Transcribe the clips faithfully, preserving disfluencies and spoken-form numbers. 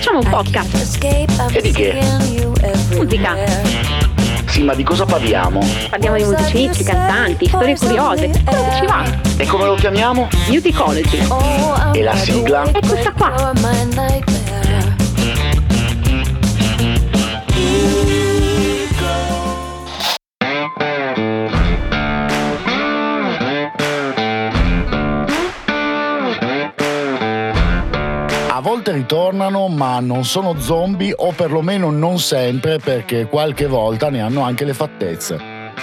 Facciamo un podcast. E di che? Musica. Sì, ma di cosa parliamo? Parliamo di musicisti, cantanti, storie curiose, quello che ci va. E come lo chiamiamo? Musicology. E la sigla? È questa qua. A volte ritornano, ma non sono zombie, o perlomeno non sempre, perché qualche volta ne hanno anche le fattezze.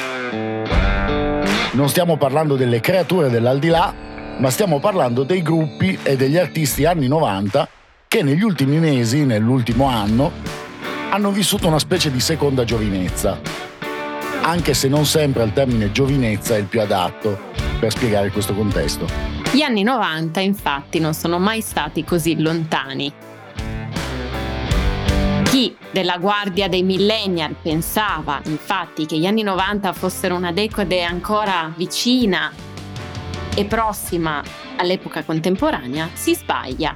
Non stiamo parlando delle creature dell'aldilà, ma stiamo parlando dei gruppi e degli artisti anni novanta che negli ultimi mesi, nell'ultimo anno, hanno vissuto una specie di seconda giovinezza. Anche se non sempre il termine giovinezza è il più adatto per spiegare questo contesto. Gli anni novanta, infatti, non sono mai stati così lontani. Chi della guardia dei millennial pensava, infatti, che gli anni novanta fossero una decade ancora vicina e prossima all'epoca contemporanea, si sbaglia.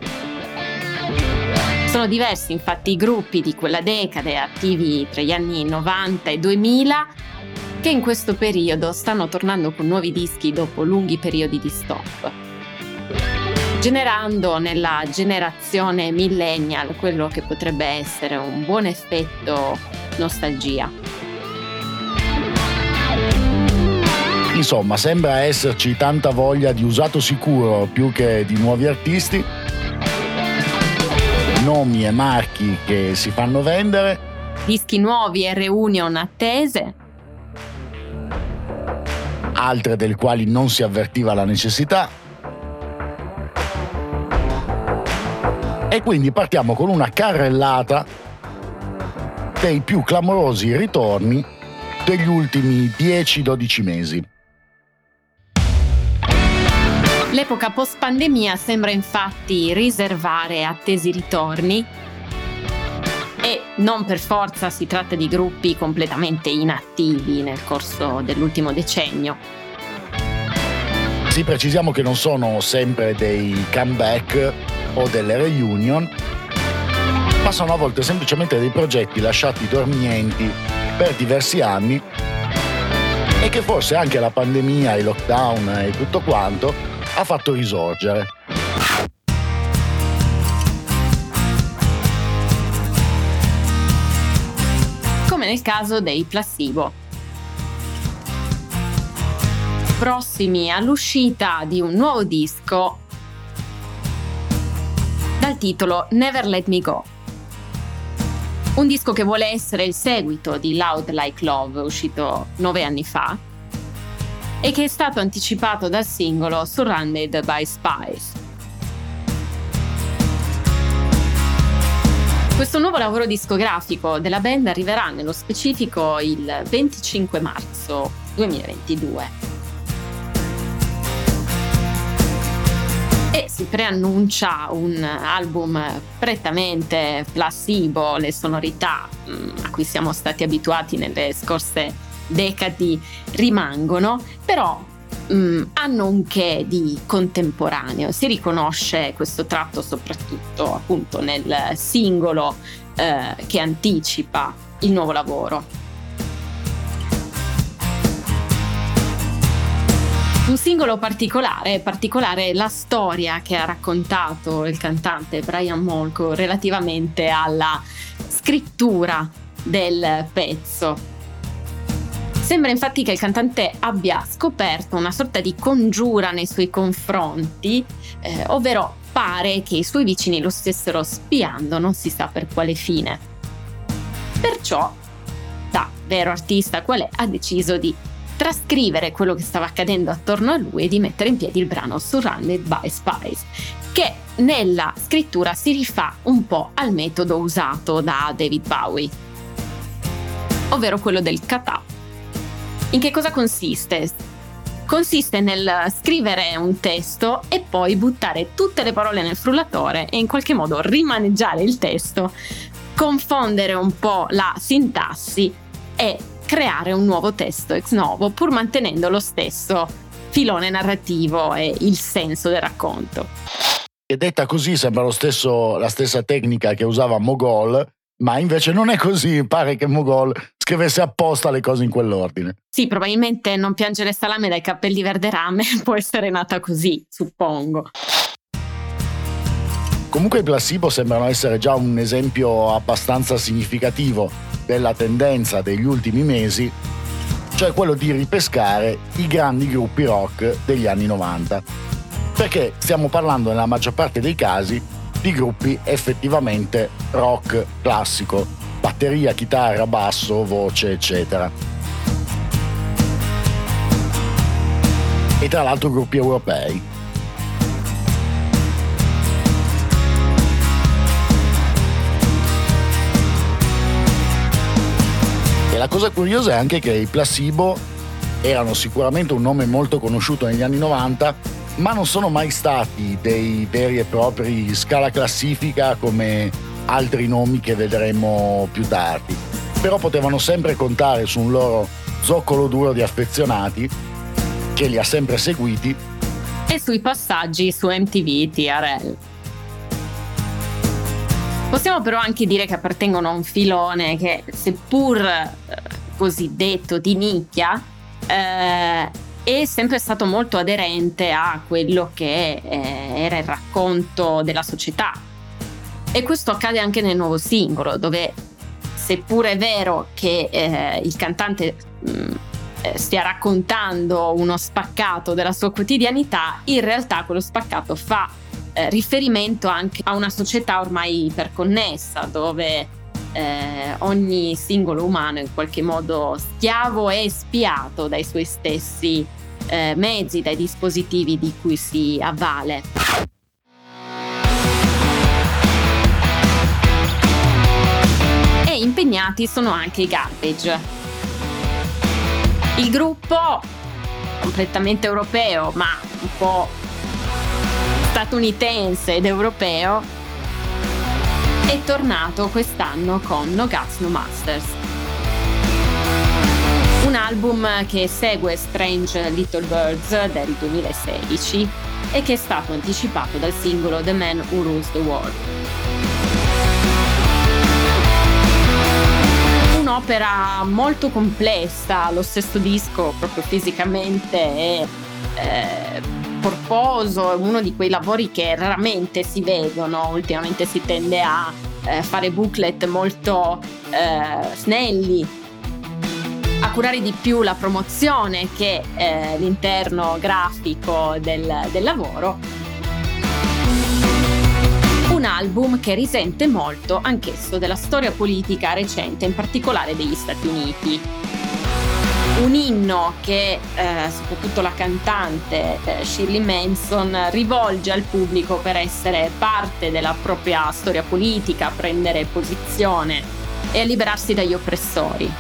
Sono diversi, infatti, i gruppi di quella decade attivi tra gli anni novanta e duemila che in questo periodo stanno tornando con nuovi dischi dopo lunghi periodi di stop, generando nella generazione millennial quello che potrebbe essere un buon effetto nostalgia. Insomma, sembra esserci tanta voglia di usato sicuro più che di nuovi artisti, nomi e marchi che si fanno vendere, dischi nuovi e reunion attese, altre del quali non si avvertiva la necessità. E quindi partiamo con una carrellata dei più clamorosi ritorni degli ultimi dieci dodici mesi. L'epoca post-pandemia sembra infatti riservare attesi ritorni, e non per forza si tratta di gruppi completamente inattivi nel corso dell'ultimo decennio. Sì, precisiamo che non sono sempre dei comeback o delle reunion, ma sono a volte semplicemente dei progetti lasciati dormienti per diversi anni e che forse anche la pandemia, i lockdown e tutto quanto ha fatto risorgere. Come nel caso dei Placebo, prossimi all'uscita di un nuovo disco dal titolo Never Let Me Go. Un disco che vuole essere il seguito di Loud Like Love, uscito nove anni fa, e che è stato anticipato dal singolo Surrounded by Spies. Questo nuovo lavoro discografico della band arriverà nello specifico il venticinque marzo duemilaventidue e si preannuncia un album prettamente placebo. Le sonorità a cui siamo stati abituati nelle scorse decadi rimangono, però Mm, hanno un che di contemporaneo. Si riconosce questo tratto soprattutto appunto nel singolo eh, che anticipa il nuovo lavoro. Un singolo particolare, particolare la storia che ha raccontato il cantante Brian Molko relativamente alla scrittura del pezzo. Sembra infatti che il cantante abbia scoperto una sorta di congiura nei suoi confronti, eh, ovvero pare che i suoi vicini lo stessero spiando, non si sa per quale fine. Perciò, da vero artista qual è, ha deciso di trascrivere quello che stava accadendo attorno a lui e di mettere in piedi il brano Surrounded by Spies, che nella scrittura si rifà un po' al metodo usato da David Bowie, ovvero quello del kata. In che cosa consiste? Consiste nel scrivere un testo e poi buttare tutte le parole nel frullatore e in qualche modo rimaneggiare il testo, confondere un po' la sintassi e creare un nuovo testo ex novo, pur mantenendo lo stesso filone narrativo e il senso del racconto. che detta così sembra lo stesso, la stessa tecnica che usava Mogol, ma invece non è così, pare che Mogol scrivesse apposta le cose in quell'ordine. Sì, probabilmente non piangere salame dai capelli verde rame può essere nata così, suppongo. Comunque i Placebo sembrano essere già un esempio abbastanza significativo della tendenza degli ultimi mesi, cioè quello di ripescare i grandi gruppi rock degli anni novanta. Perché stiamo parlando nella maggior parte dei casi di gruppi effettivamente rock classico, batteria, chitarra, basso, voce, eccetera. E tra l'altro gruppi europei. E la cosa curiosa è anche che i Placebo erano sicuramente un nome molto conosciuto negli anni novanta, ma non sono mai stati dei veri e propri scala classifica come altri nomi che vedremo più tardi. Però potevano sempre contare su un loro zoccolo duro di affezionati che li ha sempre seguiti e sui passaggi su M T V T R L. Possiamo però anche dire che appartengono a un filone che, seppur eh, cosiddetto di nicchia, eh, è sempre stato molto aderente a quello che eh, era il racconto della società. E questo accade anche nel nuovo singolo, dove, seppur è vero che eh, il cantante mh, stia raccontando uno spaccato della sua quotidianità, in realtà quello spaccato fa eh, riferimento anche a una società ormai iperconnessa, dove eh, ogni singolo umano è in qualche modo schiavo e spiato dai suoi stessi eh, mezzi, dai dispositivi di cui si avvale. E impegnati sono anche i Garbage. Il gruppo, completamente europeo, ma un po' statunitense ed europeo, è tornato quest'anno con No Guts, No Masters. Un album che segue Strange Little Birds del duemilasedici e che è stato anticipato dal singolo The Man Who Rules the World. Un'opera molto complessa, lo stesso disco proprio fisicamente è eh, corposo, è uno di quei lavori che raramente si vedono. Ultimamente si tende a eh, fare booklet molto eh, snelli, a curare di più la promozione che eh, l'interno grafico del, del lavoro. Un album che risente molto anch'esso della storia politica recente, in particolare degli Stati Uniti. Un inno che eh, soprattutto la cantante eh, Shirley Manson rivolge al pubblico per essere parte della propria storia politica, prendere posizione e liberarsi dagli oppressori.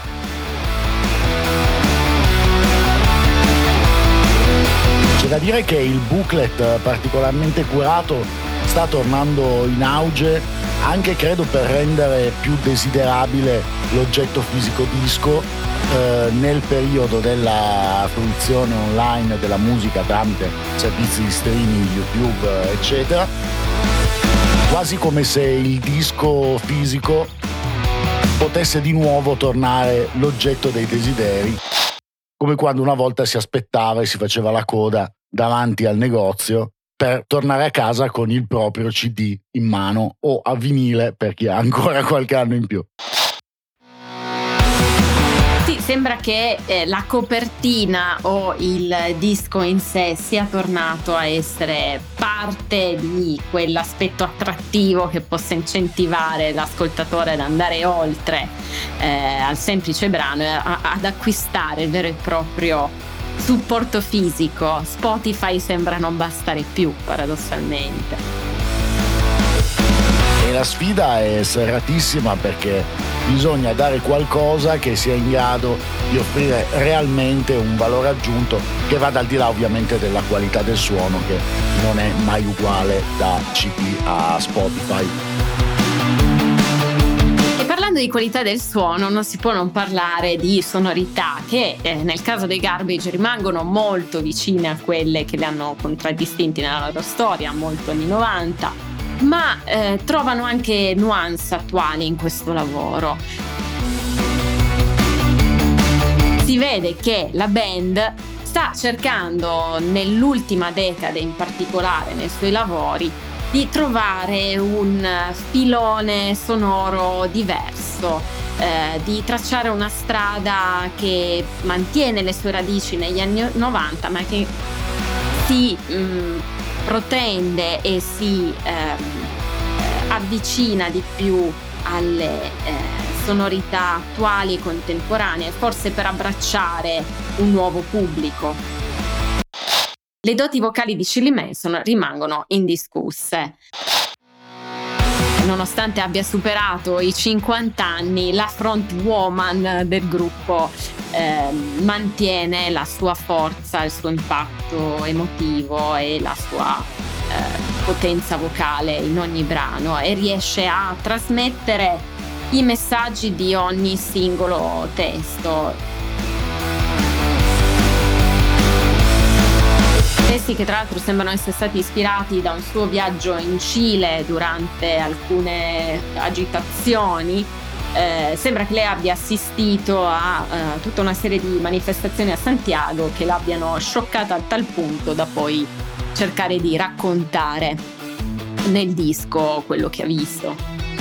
C'è da dire che il booklet particolarmente curato sta tornando in auge, anche credo per rendere più desiderabile l'oggetto fisico disco eh, nel periodo della fruizione online della musica tramite servizi di streaming, YouTube, eccetera, quasi come se il disco fisico potesse di nuovo tornare l'oggetto dei desideri, come quando una volta si aspettava e si faceva la coda davanti al negozio per tornare a casa con il proprio C D in mano o a vinile per chi ha ancora qualche anno in più. Sì, sembra che eh, la copertina o il disco in sé sia tornato a essere parte di quell'aspetto attrattivo che possa incentivare l'ascoltatore ad andare oltre eh, al semplice brano e a- ad acquistare il vero e proprio supporto fisico. Spotify sembra non bastare più, paradossalmente. E la sfida è serratissima, perché bisogna dare qualcosa che sia in grado di offrire realmente un valore aggiunto che vada al di là ovviamente della qualità del suono, che non è mai uguale da C D a Spotify. Parlando Parlando di qualità del suono non si può non parlare di sonorità che eh, nel caso dei Garbage rimangono molto vicine a quelle che li hanno contraddistinti nella loro storia, molto anni novanta, ma eh, trovano anche nuance attuali in questo lavoro. Si vede che la band sta cercando nell'ultima decade in particolare nei suoi lavori di trovare un filone sonoro diverso, eh, di tracciare una strada che mantiene le sue radici negli anni novanta, ma che si mh, protende e si eh, avvicina di più alle eh, sonorità attuali e contemporanee, forse per abbracciare un nuovo pubblico. Le doti vocali di Shirley Manson rimangono indiscusse. Nonostante abbia superato i cinquanta anni, la frontwoman del gruppo eh, mantiene la sua forza, il suo impatto emotivo e la sua eh, potenza vocale in ogni brano, e riesce a trasmettere i messaggi di ogni singolo testo. Testi che tra l'altro sembrano essere stati ispirati da un suo viaggio in Cile durante alcune agitazioni. Eh, sembra che lei abbia assistito a uh, tutta una serie di manifestazioni a Santiago che l'abbiano scioccata a tal punto da poi cercare di raccontare nel disco quello che ha visto.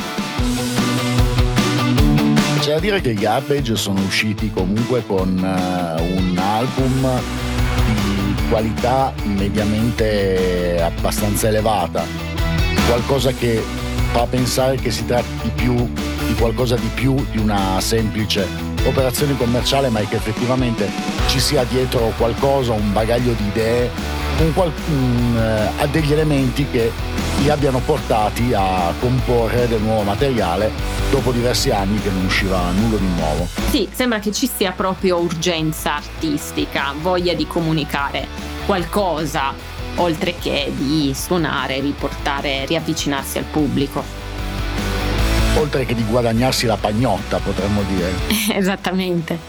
C'è da dire che i Garbage sono usciti comunque con uh, un album di qualità mediamente abbastanza elevata, qualcosa che fa pensare che si tratti di più di qualcosa di più di una semplice operazione commerciale, ma è che effettivamente ci sia dietro qualcosa, un bagaglio di idee, un qual- un, uh, degli elementi che li abbiano portati a comporre del nuovo materiale dopo diversi anni che non usciva nulla di nuovo. Sì, sembra che ci sia proprio urgenza artistica, voglia di comunicare qualcosa, oltre che di suonare, riportare, riavvicinarsi al pubblico. Oltre che di guadagnarsi la pagnotta, potremmo dire. Esattamente.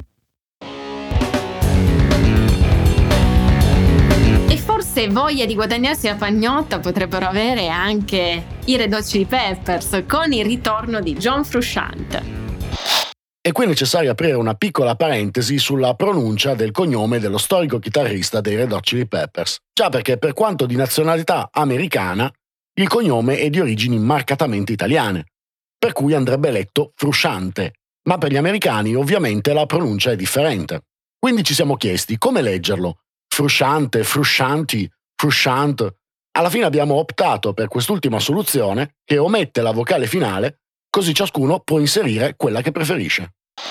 E forse voglia di guadagnarsi la pagnotta potrebbero avere anche i Red Hot Chili Peppers con il ritorno di John Frusciante. E qui è necessario aprire una piccola parentesi sulla pronuncia del cognome dello storico chitarrista dei Red Hot Chili Peppers. Già perché per quanto di nazionalità americana, il cognome è di origini marcatamente italiane, per cui andrebbe letto Frusciante, ma per gli americani ovviamente la pronuncia è differente. Quindi ci siamo chiesti come leggerlo, Frusciante, Fruscianti, Frusciant. Alla fine abbiamo optato per quest'ultima soluzione che omette la vocale finale, così ciascuno può inserire quella che preferisce.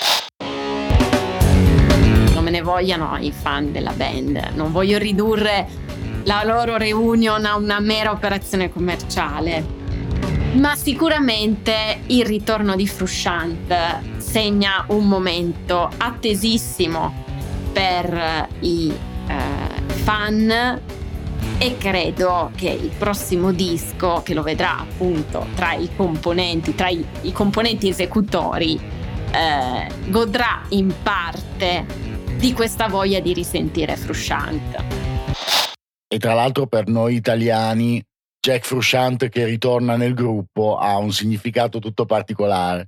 Non me ne vogliano i fan della band, non voglio ridurre la loro reunion a una mera operazione commerciale, ma sicuramente il ritorno di Frusciante segna un momento attesissimo per i eh, fan, e credo che il prossimo disco, che lo vedrà appunto tra i componenti, tra i, i componenti esecutori, eh, godrà in parte di questa voglia di risentire Frusciante. E tra l'altro per noi italiani Jack Frusciante che ritorna nel gruppo ha un significato tutto particolare.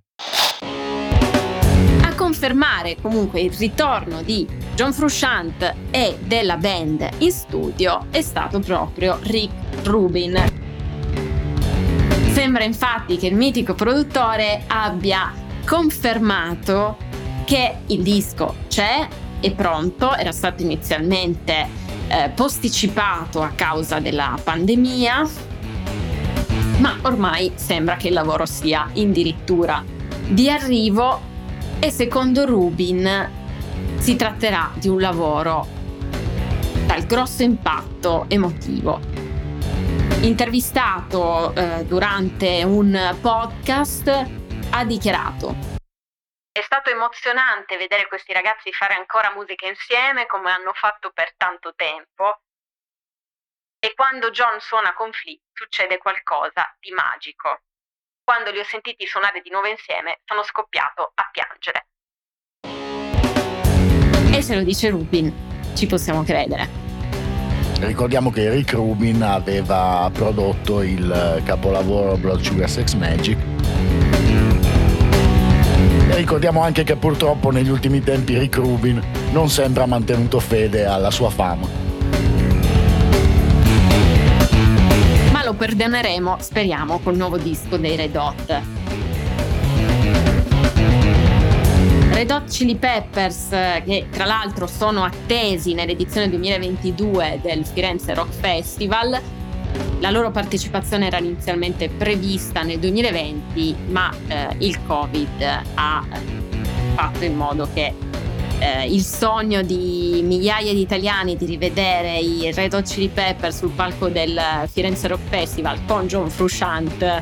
A confermare comunque il ritorno di John Frusciante e della band in studio è stato proprio Rick Rubin. Sembra infatti che il mitico produttore abbia confermato che il disco c'è, è pronto, era stato inizialmente eh, posticipato a causa della pandemia, ma ormai sembra che il lavoro sia addirittura di arrivo. E secondo Rubin si tratterà di un lavoro dal grosso impatto emotivo. Intervistato eh, durante un podcast, ha dichiarato: è stato emozionante vedere questi ragazzi fare ancora musica insieme come hanno fatto per tanto tempo, e quando John suona con Flea succede qualcosa di magico. Quando li ho sentiti suonare di nuovo insieme sono scoppiato a piangere. E se lo dice Rubin, ci possiamo credere. Ricordiamo che Rick Rubin aveva prodotto il capolavoro Blood Sugar Sex Magik. E ricordiamo anche che purtroppo negli ultimi tempi Rick Rubin non sempre ha mantenuto fede alla sua fama. Ma lo perdoneremo, speriamo, col nuovo disco dei Red Hot. Red Hot Chili Peppers, che tra l'altro sono attesi nell'edizione duemilaventidue del Firenze Rock Festival. La loro partecipazione era inizialmente prevista nel duemilaventi, ma eh, il Covid ha fatto in modo che eh, il sogno di migliaia di italiani di rivedere i Red Hot Chili Peppers sul palco del Firenze Rock Festival con John Frusciante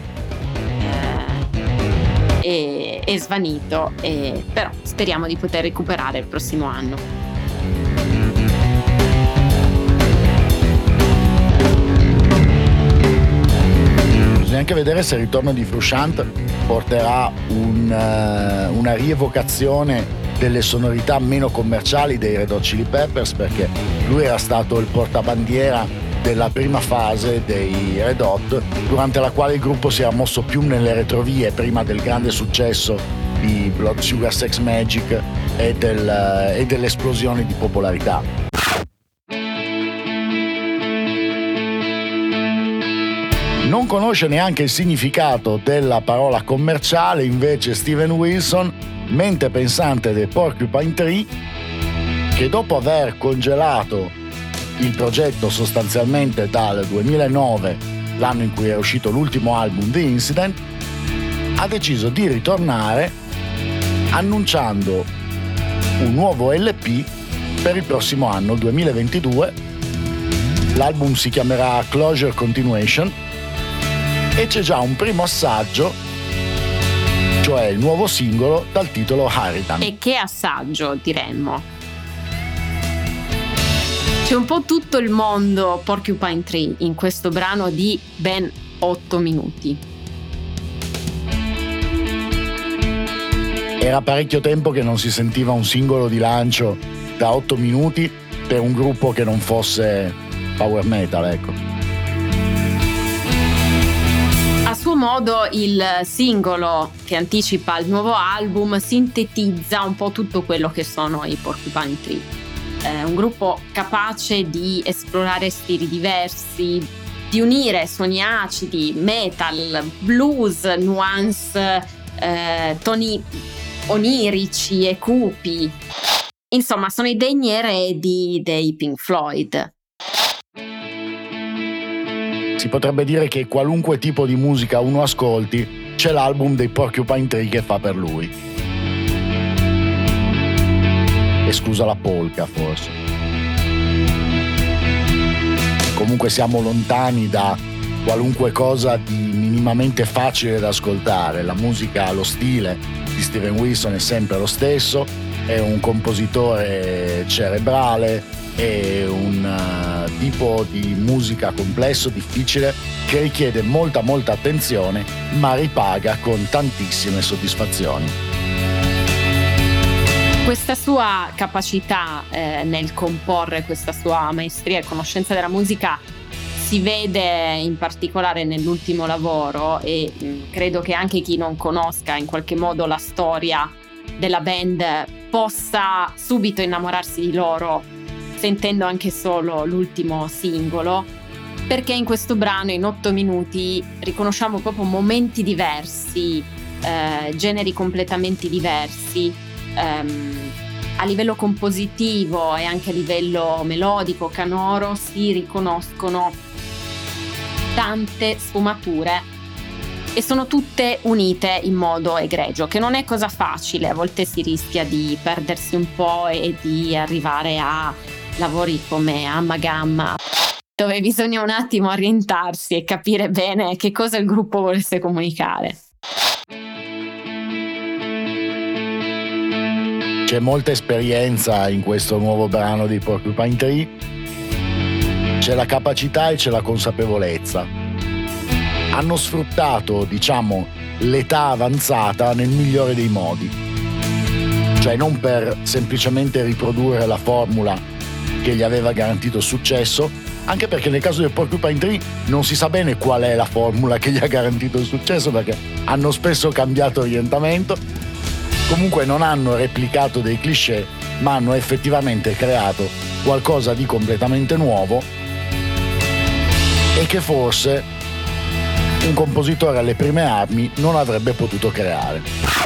eh, è, è svanito, e, però speriamo di poter recuperare il prossimo anno. Bisogna anche vedere se il ritorno di Frusciante porterà un, uh, una rievocazione delle sonorità meno commerciali dei Red Hot Chili Peppers, perché lui era stato il portabandiera della prima fase dei Red Hot, durante la quale il gruppo si era mosso più nelle retrovie prima del grande successo di Blood Sugar Sex Magik e, del, uh, e dell'esplosione di popolarità. Non conosce neanche il significato della parola commerciale invece Steven Wilson, mente pensante dei Porcupine Tree, che dopo aver congelato il progetto sostanzialmente dal duemilanove, l'anno in cui era uscito l'ultimo album The Incident, ha deciso di ritornare annunciando un nuovo L P per il prossimo anno duemilaventidue. L'album si chiamerà Closure Continuation e c'è già un primo assaggio, cioè il nuovo singolo dal titolo Hurricane. E che assaggio, diremmo. C'è un po' tutto il mondo Porcupine Tree in questo brano di ben otto minuti. Era parecchio tempo che non si sentiva un singolo di lancio da otto minuti per un gruppo che non fosse power metal, ecco. A suo modo il singolo che anticipa il nuovo album sintetizza un po' tutto quello che sono i Porcupine Tree. È un gruppo capace di esplorare stili diversi, di unire suoni acidi, metal, blues, nuance, eh, toni onirici e cupi. Insomma, sono i degni eredi dei Pink Floyd. Si potrebbe dire che qualunque tipo di musica uno ascolti, c'è l'album dei Porcupine Tree che fa per lui. Esclusa la polka, forse. Comunque siamo lontani da qualunque cosa di minimamente facile da ascoltare. La musica, lo stile di Steven Wilson è sempre lo stesso, è un compositore cerebrale, è un uh, tipo di musica complesso, difficile, che richiede molta molta attenzione, ma ripaga con tantissime soddisfazioni. Questa sua capacità eh, nel comporre, questa sua maestria e conoscenza della musica si vede in particolare nell'ultimo lavoro, e mh, credo che anche chi non conosca in qualche modo la storia della band possa subito innamorarsi di loro sentendo anche solo l'ultimo singolo, perché in questo brano in otto minuti riconosciamo proprio momenti diversi, eh, generi completamente diversi, ehm, a livello compositivo e anche a livello melodico, canoro, si riconoscono tante sfumature e sono tutte unite in modo egregio, che non è cosa facile. A volte si rischia di perdersi un po' e di arrivare a lavori come Amma Gamma, dove bisogna un attimo orientarsi e capire bene che cosa il gruppo volesse comunicare. C'è molta esperienza in questo nuovo brano di Porcupine Tree, c'è la capacità e c'è la consapevolezza. Hanno sfruttato, diciamo, l'età avanzata nel migliore dei modi. Cioè non per semplicemente riprodurre la formula che gli aveva garantito successo, anche perché nel caso del Porcupine Tree non si sa bene qual è la formula che gli ha garantito il successo, perché hanno spesso cambiato orientamento. Comunque non hanno replicato dei cliché, ma hanno effettivamente creato qualcosa di completamente nuovo e che forse un compositore alle prime armi non avrebbe potuto creare.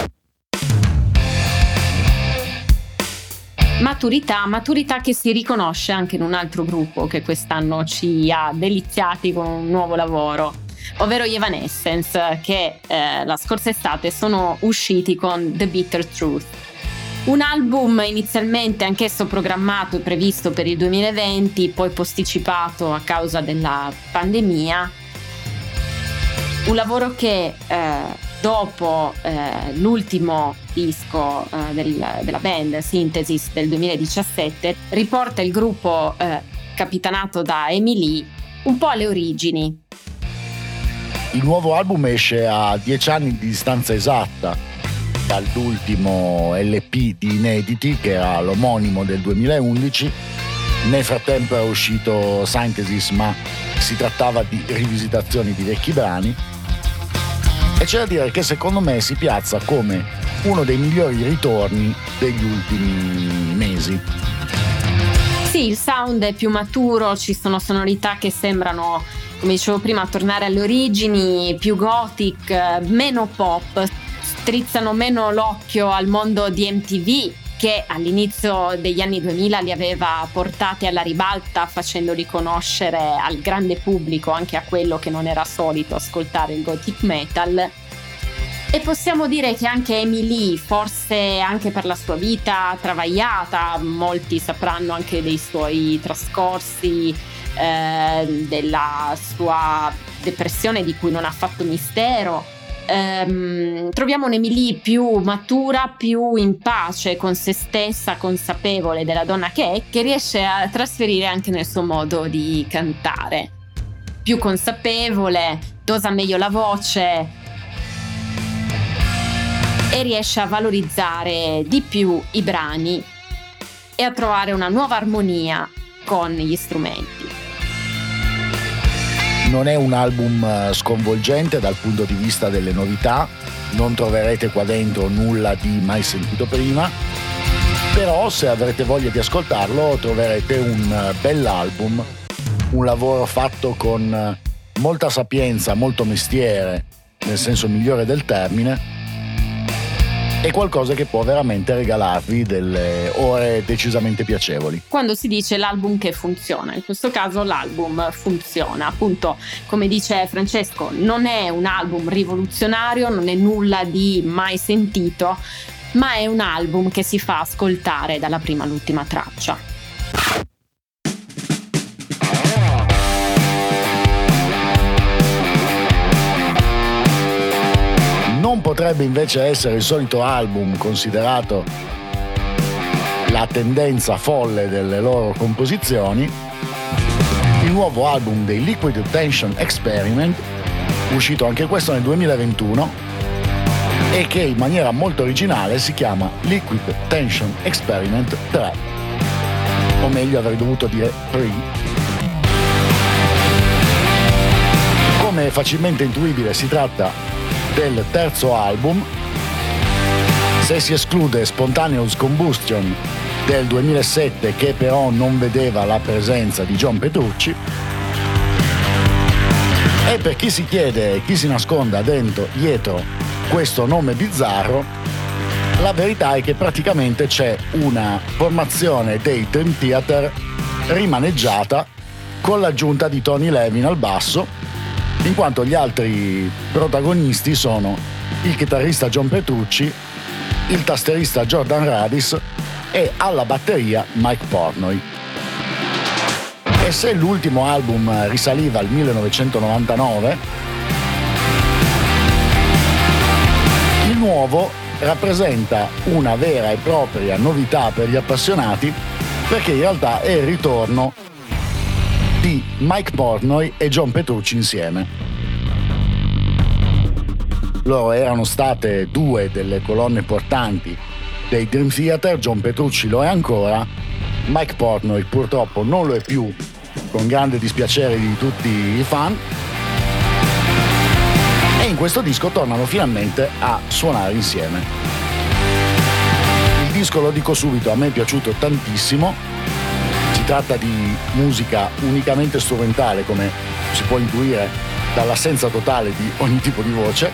Maturità, maturità che si riconosce anche in un altro gruppo che quest'anno ci ha deliziati con un nuovo lavoro, ovvero gli Evanescence, che eh, la scorsa estate sono usciti con The Bitter Truth. Un album inizialmente anch'esso programmato e previsto per il duemilaventi, poi posticipato a causa della pandemia. Un lavoro che eh, dopo eh, l'ultimo disco eh, del, della band, Synthesis, del duemiladiciassette, riporta il gruppo eh, capitanato da Amy Lee un po' alle origini. Il nuovo album esce a dieci anni di distanza esatta dall'ultimo L P di inediti, che era l'omonimo del duemilaundici. Nel frattempo è uscito Synthesis, ma si trattava di rivisitazioni di vecchi brani. E c'è da dire che secondo me si piazza come uno dei migliori ritorni degli ultimi mesi. Sì, il sound è più maturo, ci sono sonorità che sembrano, come dicevo prima, tornare alle origini, più gothic, meno pop, strizzano meno l'occhio al mondo di M T V, che all'inizio degli anni duemila li aveva portati alla ribalta, facendoli conoscere al grande pubblico, anche a quello che non era solito ascoltare il gothic metal. E possiamo dire che anche Amy Lee, forse anche per la sua vita travagliata, molti sapranno anche dei suoi trascorsi, eh, della sua depressione di cui non ha fatto mistero, ehm, troviamo un'Amy Lee più matura, più in pace con se stessa, consapevole della donna che è, che riesce a trasferire anche nel suo modo di cantare. Più consapevole, dosa meglio la voce e riesce a valorizzare di più i brani e a trovare una nuova armonia con gli strumenti. Non è un album sconvolgente dal punto di vista delle novità, non troverete qua dentro nulla di mai sentito prima, però se avrete voglia di ascoltarlo troverete un bell'album, un lavoro fatto con molta sapienza, molto mestiere, nel senso migliore del termine, è qualcosa che può veramente regalarvi delle ore decisamente piacevoli. Quando si dice l'album che funziona, in questo caso l'album funziona, appunto, come dice Francesco, non è un album rivoluzionario, non è nulla di mai sentito, ma è un album che si fa ascoltare dalla prima all'ultima traccia. Non potrebbe invece essere il solito album, considerato la tendenza folle delle loro composizioni, il nuovo album dei Liquid Tension Experiment, uscito anche questo nel duemilaventuno e che in maniera molto originale si chiama Liquid Tension Experiment tre, o meglio avrei dovuto dire tre. Come è facilmente intuibile, si tratta del terzo album, se si esclude Spontaneous Combustion del duemilasette, che però non vedeva la presenza di John Petrucci. E per chi si chiede chi si nasconda dentro, dietro questo nome bizzarro, la verità è che praticamente c'è una formazione dei Dream Theater rimaneggiata con l'aggiunta di Tony Levin al basso, in quanto gli altri protagonisti sono il chitarrista John Petrucci, il tastierista Jordan Rudess e alla batteria Mike Portnoy. E se l'ultimo album risaliva al millenovecentonovantanove, il nuovo rappresenta una vera e propria novità per gli appassionati, perché in realtà è il ritorno di Mike Portnoy e John Petrucci insieme. Loro erano state due delle colonne portanti dei Dream Theater, John Petrucci lo è ancora, Mike Portnoy purtroppo non lo è più, con grande dispiacere di tutti i fan, e in questo disco tornano finalmente a suonare insieme. Il disco, lo dico subito, a me è piaciuto tantissimo. Si tratta di musica unicamente strumentale, come si può intuire dall'assenza totale di ogni tipo di voce.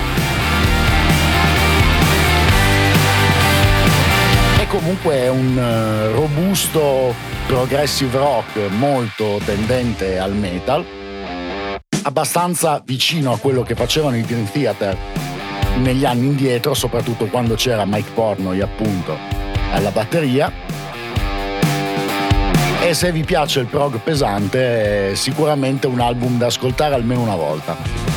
E comunque è un uh, robusto progressive rock molto tendente al metal, abbastanza vicino a quello che facevano i Dream Theater negli anni indietro, soprattutto quando c'era Mike Portnoy appunto alla batteria. E se vi piace il prog pesante, è sicuramente un album da ascoltare almeno una volta.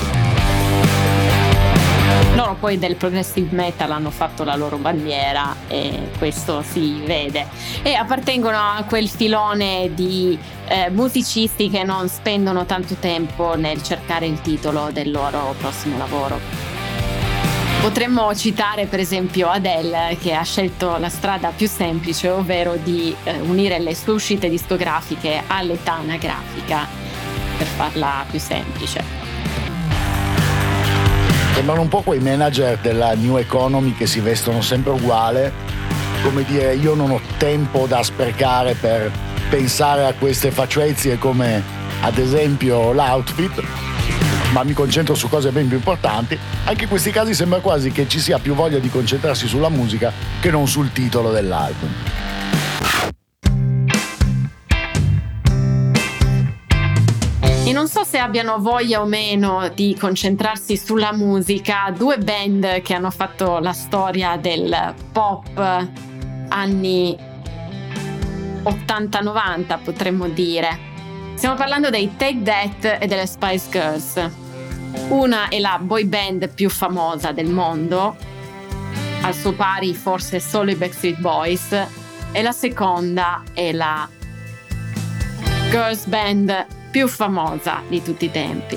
Loro poi del progressive metal hanno fatto la loro bandiera e questo si vede, e appartengono a quel filone di eh, musicisti che non spendono tanto tempo nel cercare il titolo del loro prossimo lavoro. Potremmo citare per esempio Adele, che ha scelto la strada più semplice, ovvero di eh, unire le sue uscite discografiche all'età anagrafica per farla più semplice. Sembrano un po' quei manager della New Economy che si vestono sempre uguale, come dire: io non ho tempo da sprecare per pensare a queste facezie come ad esempio l'outfit, ma mi concentro su cose ben più importanti. Anche in questi casi sembra quasi che ci sia più voglia di concentrarsi sulla musica che non sul titolo dell'album. E non so se abbiano voglia o meno di concentrarsi sulla musica due band che hanno fatto la storia del pop anni ottanta novanta, potremmo dire. Stiamo parlando dei Take That e delle Spice Girls. Una è la boy band più famosa del mondo, al suo pari forse solo i Backstreet Boys, e la seconda è la girls band più famosa di tutti i tempi.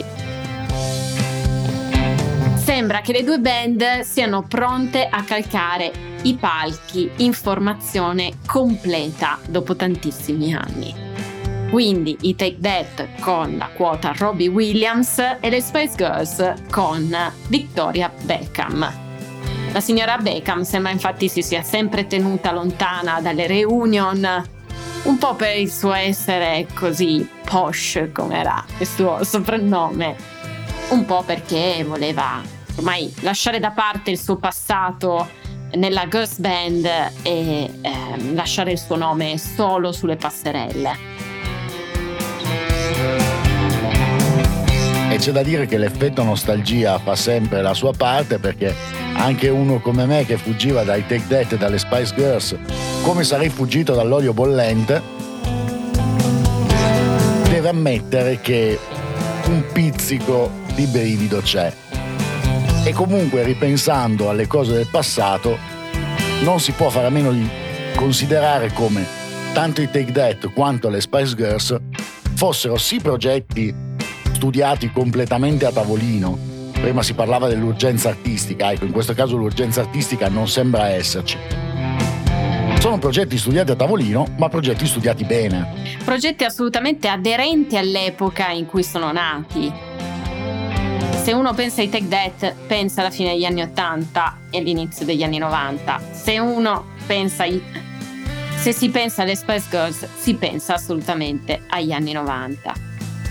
Sembra che le due band siano pronte a calcare i palchi in formazione completa dopo tantissimi anni. Quindi i Take That con la quota Robbie Williams e le Spice Girls con Victoria Beckham. La signora Beckham sembra infatti si sia sempre tenuta lontana dalle reunion, un po' per il suo essere così posh, come era il suo soprannome, un po' perché voleva ormai lasciare da parte il suo passato nella girls band e eh, lasciare il suo nome solo sulle passerelle. E c'è da dire che l'effetto nostalgia fa sempre la sua parte, perché anche uno come me che fuggiva dai Take That e dalle Spice Girls, come sarei fuggito dall'olio bollente, deve ammettere che un pizzico di brivido c'è. E comunque, ripensando alle cose del passato, non si può fare a meno di considerare come tanto i Take That quanto le Spice Girls fossero sì progetti studiati completamente a tavolino. Prima si parlava dell'urgenza artistica, ecco, in questo caso l'urgenza artistica non sembra esserci. Sono progetti studiati a tavolino, ma progetti studiati bene. Progetti assolutamente aderenti all'epoca in cui sono nati. Se uno pensa ai Take That, pensa alla fine degli anni ottanta e all'inizio degli anni novanta. Se uno pensa ai... Se si pensa alle Spice Girls, si pensa assolutamente agli anni novanta.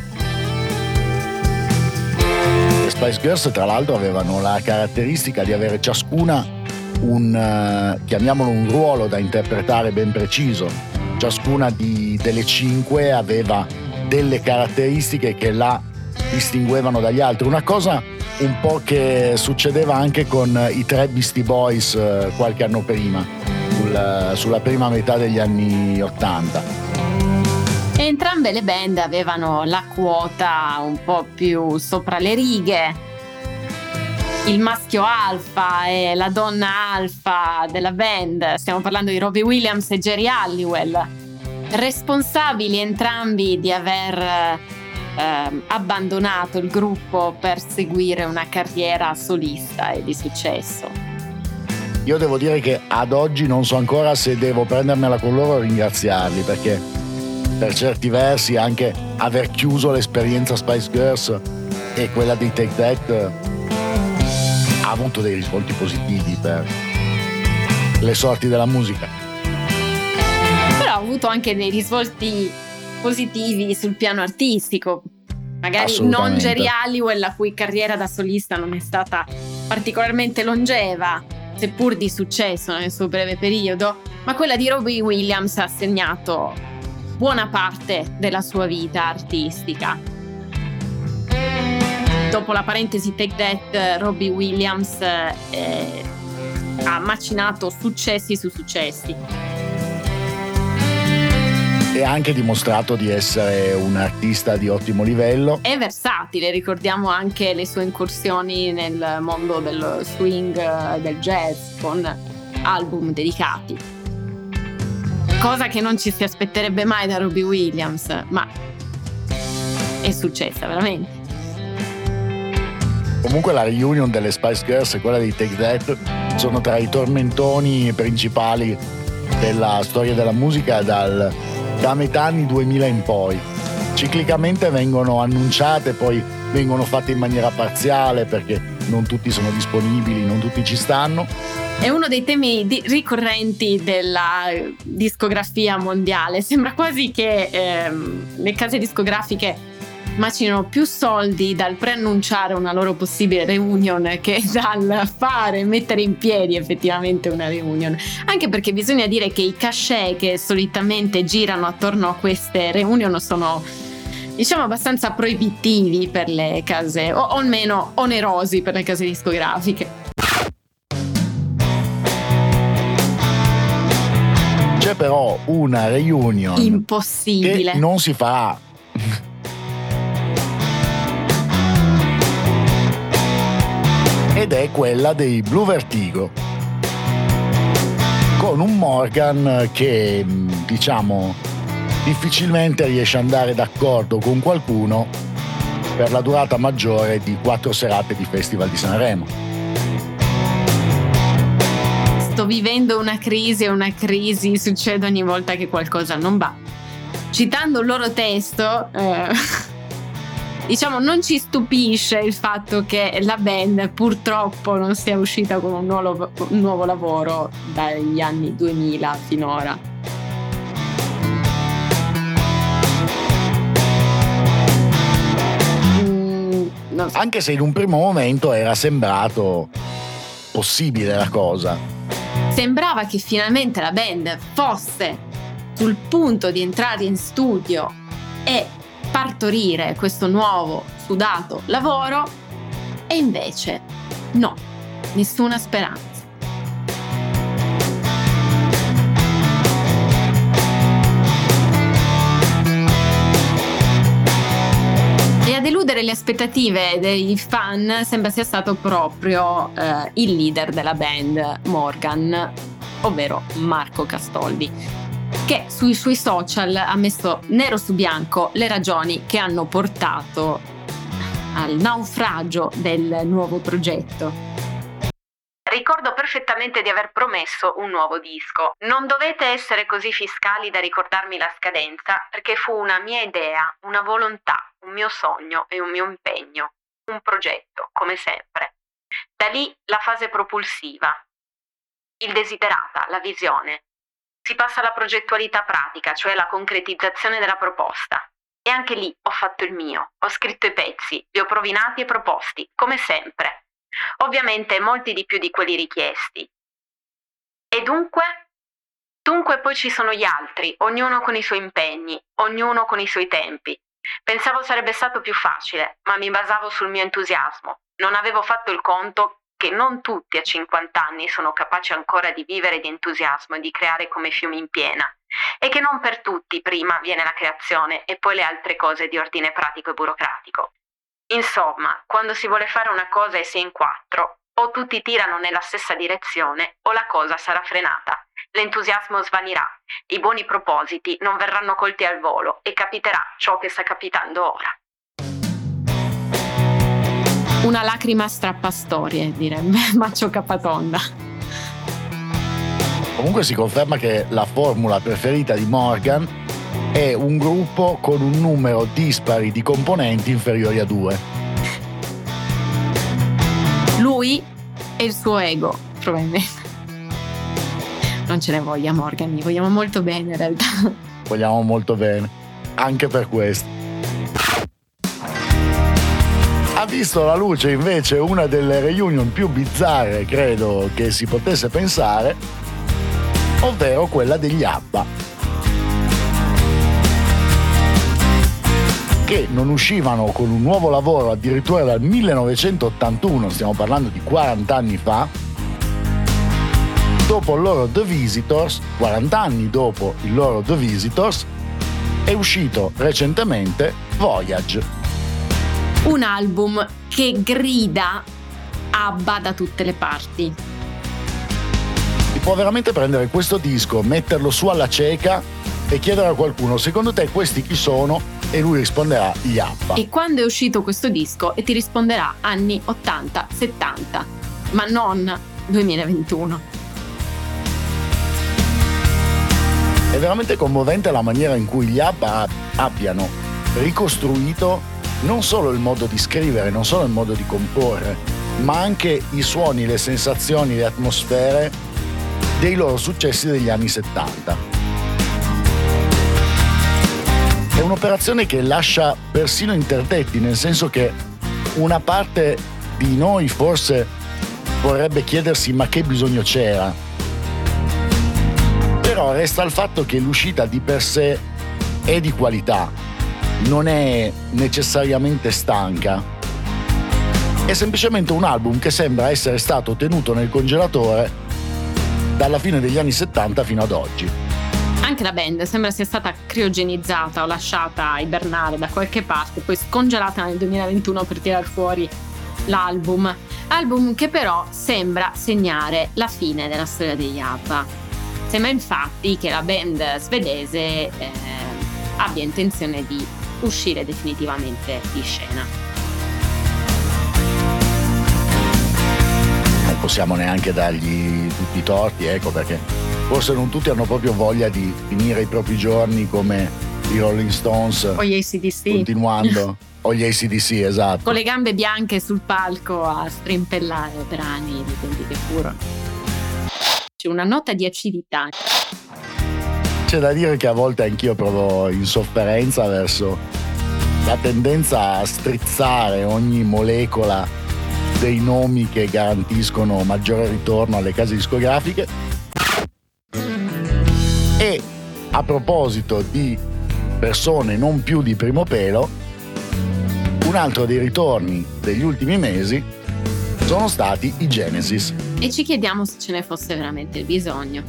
Le Spice Girls, tra l'altro, avevano la caratteristica di avere ciascuna un, uh, chiamiamolo un ruolo da interpretare ben preciso. Ciascuna di, delle cinque aveva delle caratteristiche che la distinguevano dagli altri. Una cosa un po' che succedeva anche con i tre Beastie Boys uh, qualche anno prima, sul, sulla prima metà degli anni ottanta. Entrambe le band avevano la quota un po' più sopra le righe, il maschio alfa e la donna alfa della band. Stiamo parlando di Robbie Williams e Jerry Halliwell, responsabili entrambi di aver ehm, abbandonato il gruppo per seguire una carriera solista e di successo. Io devo dire che ad oggi non so ancora se devo prendermela con loro o ringraziarli, perché per certi versi anche aver chiuso l'esperienza Spice Girls e quella dei Take That ha avuto dei risvolti positivi per le sorti della musica. Però ha avuto anche dei risvolti positivi sul piano artistico. Magari non Geri Halliwell, la cui carriera da solista non è stata particolarmente longeva, seppur di successo nel suo breve periodo, ma quella di Robbie Williams ha segnato buona parte della sua vita artistica. Dopo la parentesi Take That, Robbie Williams eh, ha macinato successi su successi. E ha anche dimostrato di essere un artista di ottimo livello. È versatile, ricordiamo anche le sue incursioni nel mondo del swing, del jazz, con album dedicati. Cosa che non ci si aspetterebbe mai da Robbie Williams, ma è successa veramente. Comunque la reunion delle Spice Girls e quella dei Take That sono tra i tormentoni principali della storia della musica dal, da metà anni duemila in poi. Ciclicamente vengono annunciate, poi vengono fatte in maniera parziale perché non tutti sono disponibili, non tutti ci stanno. È uno dei temi di- ricorrenti della discografia mondiale. Sembra quasi che ehm, le case discografiche macinano più soldi dal preannunciare una loro possibile reunion che dal fare, mettere in piedi effettivamente una reunion. Anche perché bisogna dire che i cachet che solitamente girano attorno a queste reunion sono, diciamo, abbastanza proibitivi per le case, o, o almeno onerosi per le case discografiche. C'è però una reunion impossibile che non si fa. Ed è quella dei Blue Vertigo, con un Morgan che, diciamo, difficilmente riesce ad andare d'accordo con qualcuno per la durata maggiore di quattro serate di Festival di Sanremo. Sto vivendo una crisi e una crisi succede ogni volta che qualcosa non va. Citando il loro testo, eh, diciamo, non ci stupisce il fatto che la band purtroppo non sia uscita con un nuovo, un nuovo lavoro dagli anni duemila finora. Mm, non so. Anche se in un primo momento era sembrato possibile la cosa. Sembrava che finalmente la band fosse sul punto di entrare in studio e partorire questo nuovo sudato lavoro, e invece no, nessuna speranza. E a deludere le aspettative dei fan sembra sia stato proprio eh, il leader della band, Morgan, ovvero Marco Castoldi, che sui suoi social ha messo nero su bianco le ragioni che hanno portato al naufragio del nuovo progetto. Ricordo perfettamente di aver promesso un nuovo disco. Non dovete essere così fiscali da ricordarmi la scadenza, perché fu una mia idea, una volontà, un mio sogno e un mio impegno. Un progetto, come sempre. Da lì la fase propulsiva, il desiderata, la visione. Si passa alla progettualità pratica, cioè la concretizzazione della proposta. E anche lì ho fatto il mio, ho scritto i pezzi, li ho provinati e proposti, come sempre. Ovviamente molti di più di quelli richiesti. E dunque? Dunque poi ci sono gli altri, ognuno con i suoi impegni, ognuno con i suoi tempi. Pensavo sarebbe stato più facile, ma mi basavo sul mio entusiasmo. Non avevo fatto il conto che non tutti a cinquanta anni sono capaci ancora di vivere di entusiasmo e di creare come fiumi in piena, e che non per tutti prima viene la creazione e poi le altre cose di ordine pratico e burocratico. Insomma, quando si vuole fare una cosa e si è in quattro, o tutti tirano nella stessa direzione o la cosa sarà frenata, l'entusiasmo svanirà, i buoni propositi non verranno colti al volo e capiterà ciò che sta capitando ora. Una lacrima strappastorie, direbbe Maccio Capatonda. Comunque si conferma che la formula preferita di Morgan è un gruppo con un numero dispari di componenti inferiori a due. Lui e il suo ego, probabilmente. Non ce ne voglia Morgan, gli vogliamo molto bene in realtà. Vogliamo molto bene, anche per questo. Ha visto la luce invece una delle reunion più bizzarre, credo, che si potesse pensare, ovvero quella degli ABBA, che non uscivano con un nuovo lavoro addirittura dal millenovecentottantuno, stiamo parlando di quaranta anni fa. Dopo il loro The Visitors, quaranta anni dopo il loro The Visitors, è uscito recentemente Voyage. Un album che grida ABBA da tutte le parti. Si può veramente prendere questo disco, metterlo su alla cieca e chiedere a qualcuno: secondo te questi chi sono? E lui risponderà: gli ABBA. E quando è uscito questo disco? E ti risponderà anni ottanta settanta, ma non duemilaventuno. È veramente commovente la maniera in cui gli ABBA abbiano ricostruito non solo il modo di scrivere, non solo il modo di comporre, ma anche i suoni, le sensazioni, le atmosfere dei loro successi degli anni settanta. È un'operazione che lascia persino interdetti, nel senso che una parte di noi forse vorrebbe chiedersi ma che bisogno c'era. Però resta il fatto che l'uscita di per sé è di qualità, non è necessariamente stanca. È semplicemente un album che sembra essere stato tenuto nel congelatore dalla fine degli anni settanta fino ad oggi. Anche la band sembra sia stata criogenizzata o lasciata ibernare da qualche parte, poi scongelata nel duemilaventuno per tirar fuori l'album. Album che però sembra segnare la fine della storia degli ABBA. Sembra infatti che la band svedese eh, abbia intenzione di uscire definitivamente di scena. Non possiamo neanche dargli tutti i torti, ecco, perché forse non tutti hanno proprio voglia di finire i propri giorni come i Rolling Stones o gli A C D C, continuando o gli A C D C, esatto, con le gambe bianche sul palco a strimpellare brani di tempi che furono. Una nota di acidità. C'è da dire che a volte anch'io provo insofferenza verso la tendenza a strizzare ogni molecola dei nomi che garantiscono maggiore ritorno alle case discografiche. E a proposito di persone non più di primo pelo, un altro dei ritorni degli ultimi mesi sono stati i Genesis. E ci chiediamo se ce ne fosse veramente il bisogno.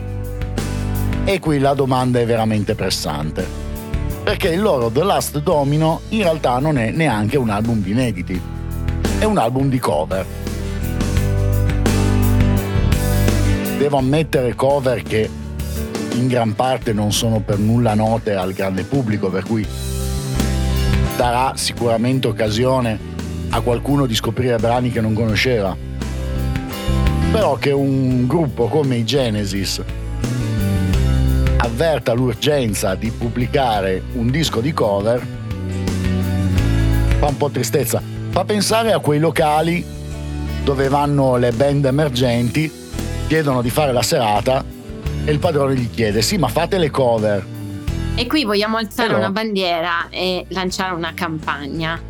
E qui la domanda è veramente pressante, perché il loro The Last Domino in realtà non è neanche un album di inediti, è un album di cover. Devo ammettere cover che in gran parte non sono per nulla note al grande pubblico, per cui darà sicuramente occasione a qualcuno di scoprire brani che non conosceva. Però che un gruppo come i Genesis avverta l'urgenza di pubblicare un disco di cover fa un po' tristezza. Fa pensare a quei locali dove vanno le band emergenti, chiedono di fare la serata e il padrone gli chiede: sì, ma fate le cover. E qui vogliamo alzare Però... una bandiera e lanciare una campagna,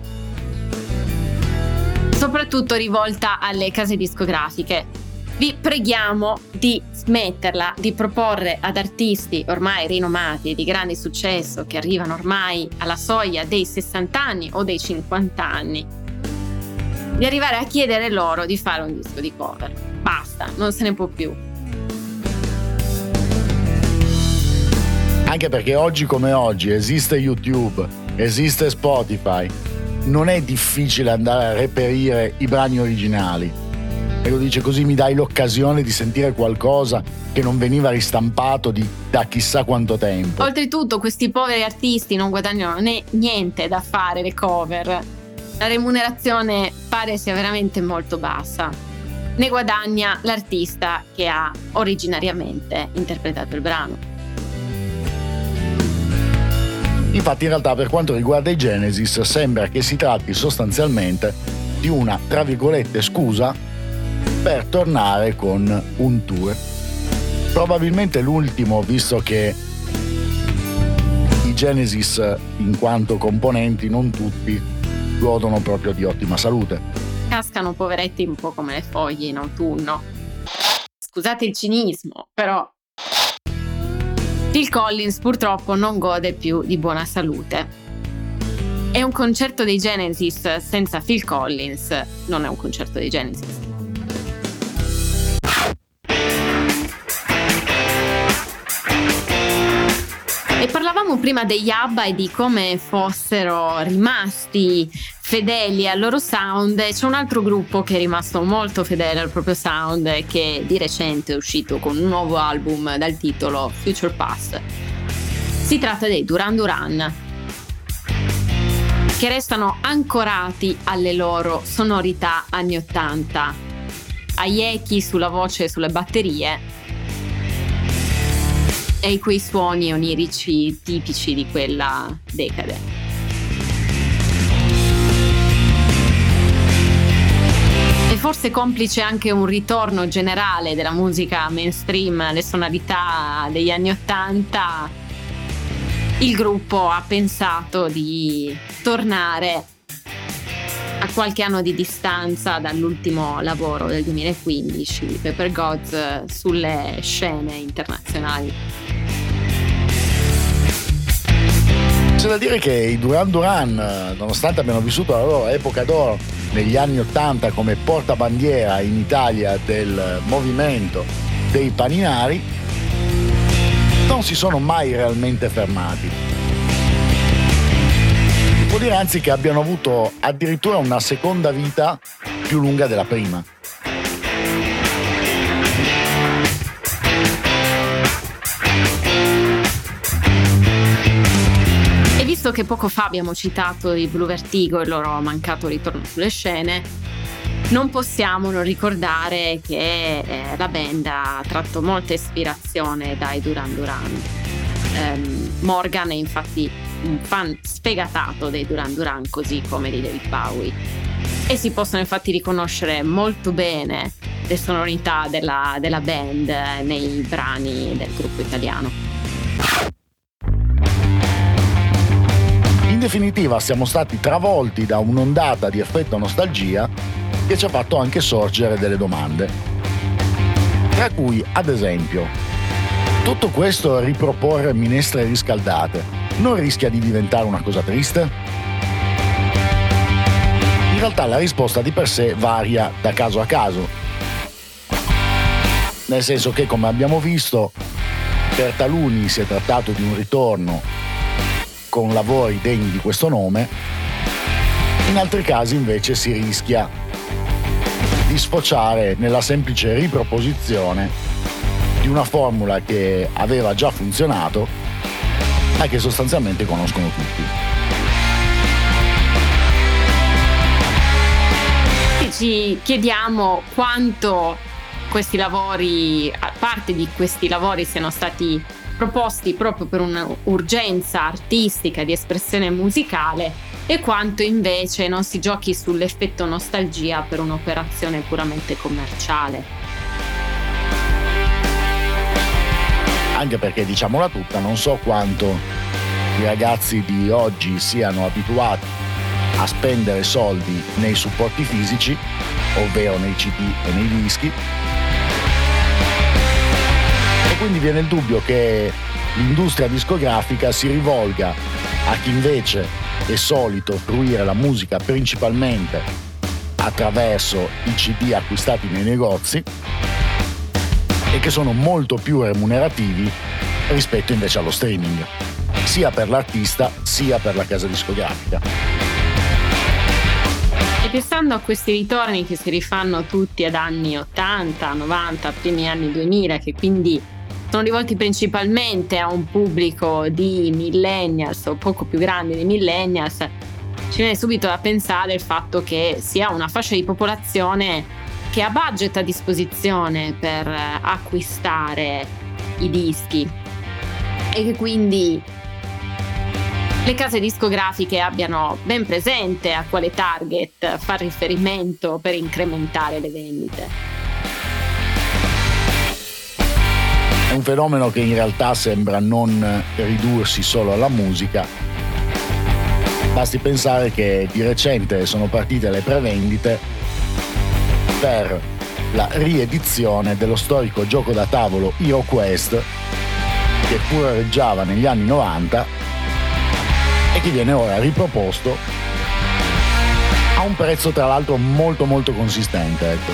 soprattutto rivolta alle case discografiche. Vi preghiamo di smetterla di proporre ad artisti ormai rinomati e di grande successo, che arrivano ormai alla soglia dei sessanta anni o dei cinquanta anni, di arrivare a chiedere loro di fare un disco di cover. Basta, non se ne può più. Anche perché oggi come oggi esiste YouTube, esiste Spotify, non è difficile andare a reperire i brani originali. E lo dice così mi dai l'occasione di sentire qualcosa che non veniva ristampato di, da chissà quanto tempo. Oltretutto questi poveri artisti non guadagnano né niente da fare le cover, La remunerazione pare sia veramente molto bassa. Ne guadagna l'artista che ha originariamente interpretato il brano. Infatti in realtà per quanto riguarda i Genesis sembra che si tratti sostanzialmente di una, tra virgolette, scusa per tornare con un tour. Probabilmente l'ultimo, visto che i Genesis in quanto componenti non tutti godono proprio di ottima salute. Cascano poveretti un po' come le foglie in autunno. Scusate il cinismo, però Phil Collins purtroppo non gode più di buona salute. E un concerto dei Genesis senza Phil Collins non è un concerto dei Genesis. E parlavamo prima degli ABBA e di come fossero rimasti fedeli al loro sound. C'è un altro gruppo che è rimasto molto fedele al proprio sound e che di recente è uscito con un nuovo album dal titolo Future Past. Si tratta dei Duran Duran, che restano ancorati alle loro sonorità anni ottanta, agli echi sulla voce e sulle batterie e quei suoni onirici tipici di quella decade. E forse complice anche un ritorno generale della musica mainstream alle sonorità degli anni ottanta, il gruppo ha pensato di tornare a qualche anno di distanza dall'ultimo lavoro del duemilaquindici, Paper Gods, sulle scene internazionali. C'è da dire che i Duran Duran, nonostante abbiano vissuto la loro epoca d'oro negli anni ottanta come portabandiera in Italia del movimento dei paninari, non si sono mai realmente fermati. Si può dire anzi che abbiano avuto addirittura una seconda vita più lunga della prima. E visto che poco fa abbiamo citato i Blue Vertigo e il loro mancato ritorno sulle scene, non possiamo non ricordare che eh, la band ha tratto molta ispirazione dai Duran Duran. Um, Morgan è infatti un fan sfegatato dei Duran Duran, così come di David Bowie, e si possono infatti riconoscere molto bene le sonorità della, della band nei brani del gruppo italiano. In definitiva siamo stati travolti da un'ondata di effetto nostalgia che ci ha fatto anche sorgere delle domande, tra cui ad esempio: tutto questo riproporre minestre riscaldate non rischia di diventare una cosa triste? In realtà la risposta di per sé varia da caso a caso, nel senso che, come abbiamo visto, per taluni si è trattato di un ritorno con lavori degni di questo nome, in altri casi invece si rischia di sfociare nella semplice riproposizione di una formula che aveva già funzionato ma che sostanzialmente conoscono tutti. E ci chiediamo quanto questi lavori, a parte di questi lavori, siano stati proposti proprio per un'urgenza artistica di espressione musicale e quanto invece non si giochi sull'effetto nostalgia per un'operazione puramente commerciale. Anche perché, diciamola tutta, non so quanto i ragazzi di oggi siano abituati a spendere soldi nei supporti fisici, ovvero nei C D e nei dischi, e quindi viene il dubbio che l'industria discografica si rivolga a chi invece è solito fruire la musica principalmente attraverso i C D acquistati nei negozi e che sono molto più remunerativi rispetto invece allo streaming, sia per l'artista sia per la casa discografica. E pensando a questi ritorni che si rifanno tutti ad anni ottanta, novanta, primi anni duemila, che quindi sono rivolti principalmente a un pubblico di millennials o poco più grandi di millennials, ci viene subito da pensare il fatto che sia una fascia di popolazione che ha budget a disposizione per acquistare i dischi e che quindi le case discografiche abbiano ben presente a quale target far riferimento per incrementare le vendite. È un fenomeno che in realtà sembra non ridursi solo alla musica. Basti pensare che di recente sono partite le prevendite per la riedizione dello storico gioco da tavolo HeroQuest, che furoreggiava negli anni novanta e che viene ora riproposto a un prezzo tra l'altro molto molto consistente, ecco.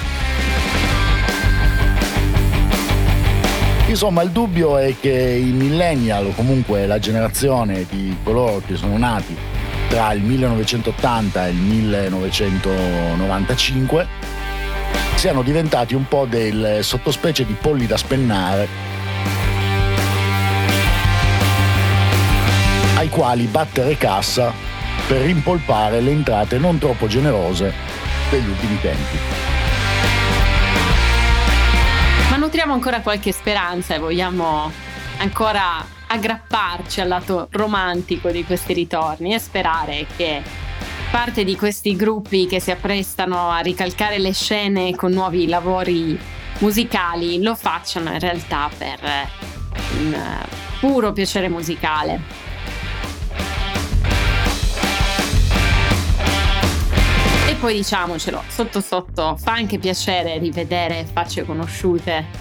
Insomma, il dubbio è che i millennial, o comunque la generazione di coloro che sono nati tra il millenovecentottanta e il millenovecentonovantacinque, siano diventati un po' del sottospecie di polli da spennare ai quali battere cassa per rimpolpare le entrate non troppo generose degli ultimi tempi. Ma nutriamo ancora qualche speranza e vogliamo ancora aggrapparci al lato romantico di questi ritorni e sperare che parte di questi gruppi che si apprestano a ricalcare le scene con nuovi lavori musicali lo facciano in realtà per un puro piacere musicale. E poi diciamocelo, sotto sotto fa anche piacere rivedere facce conosciute.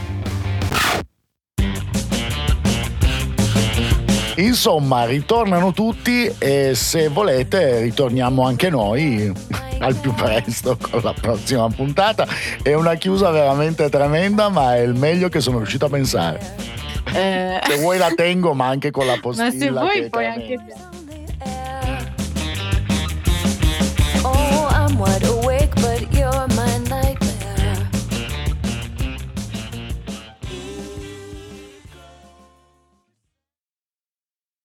Insomma, ritornano tutti e se volete ritorniamo anche noi al più presto con la prossima puntata. È una chiusa veramente tremenda, ma è il meglio che sono riuscito a pensare. Eh... Se vuoi la tengo, ma anche con la postilla. Ma se vuoi che puoi anche...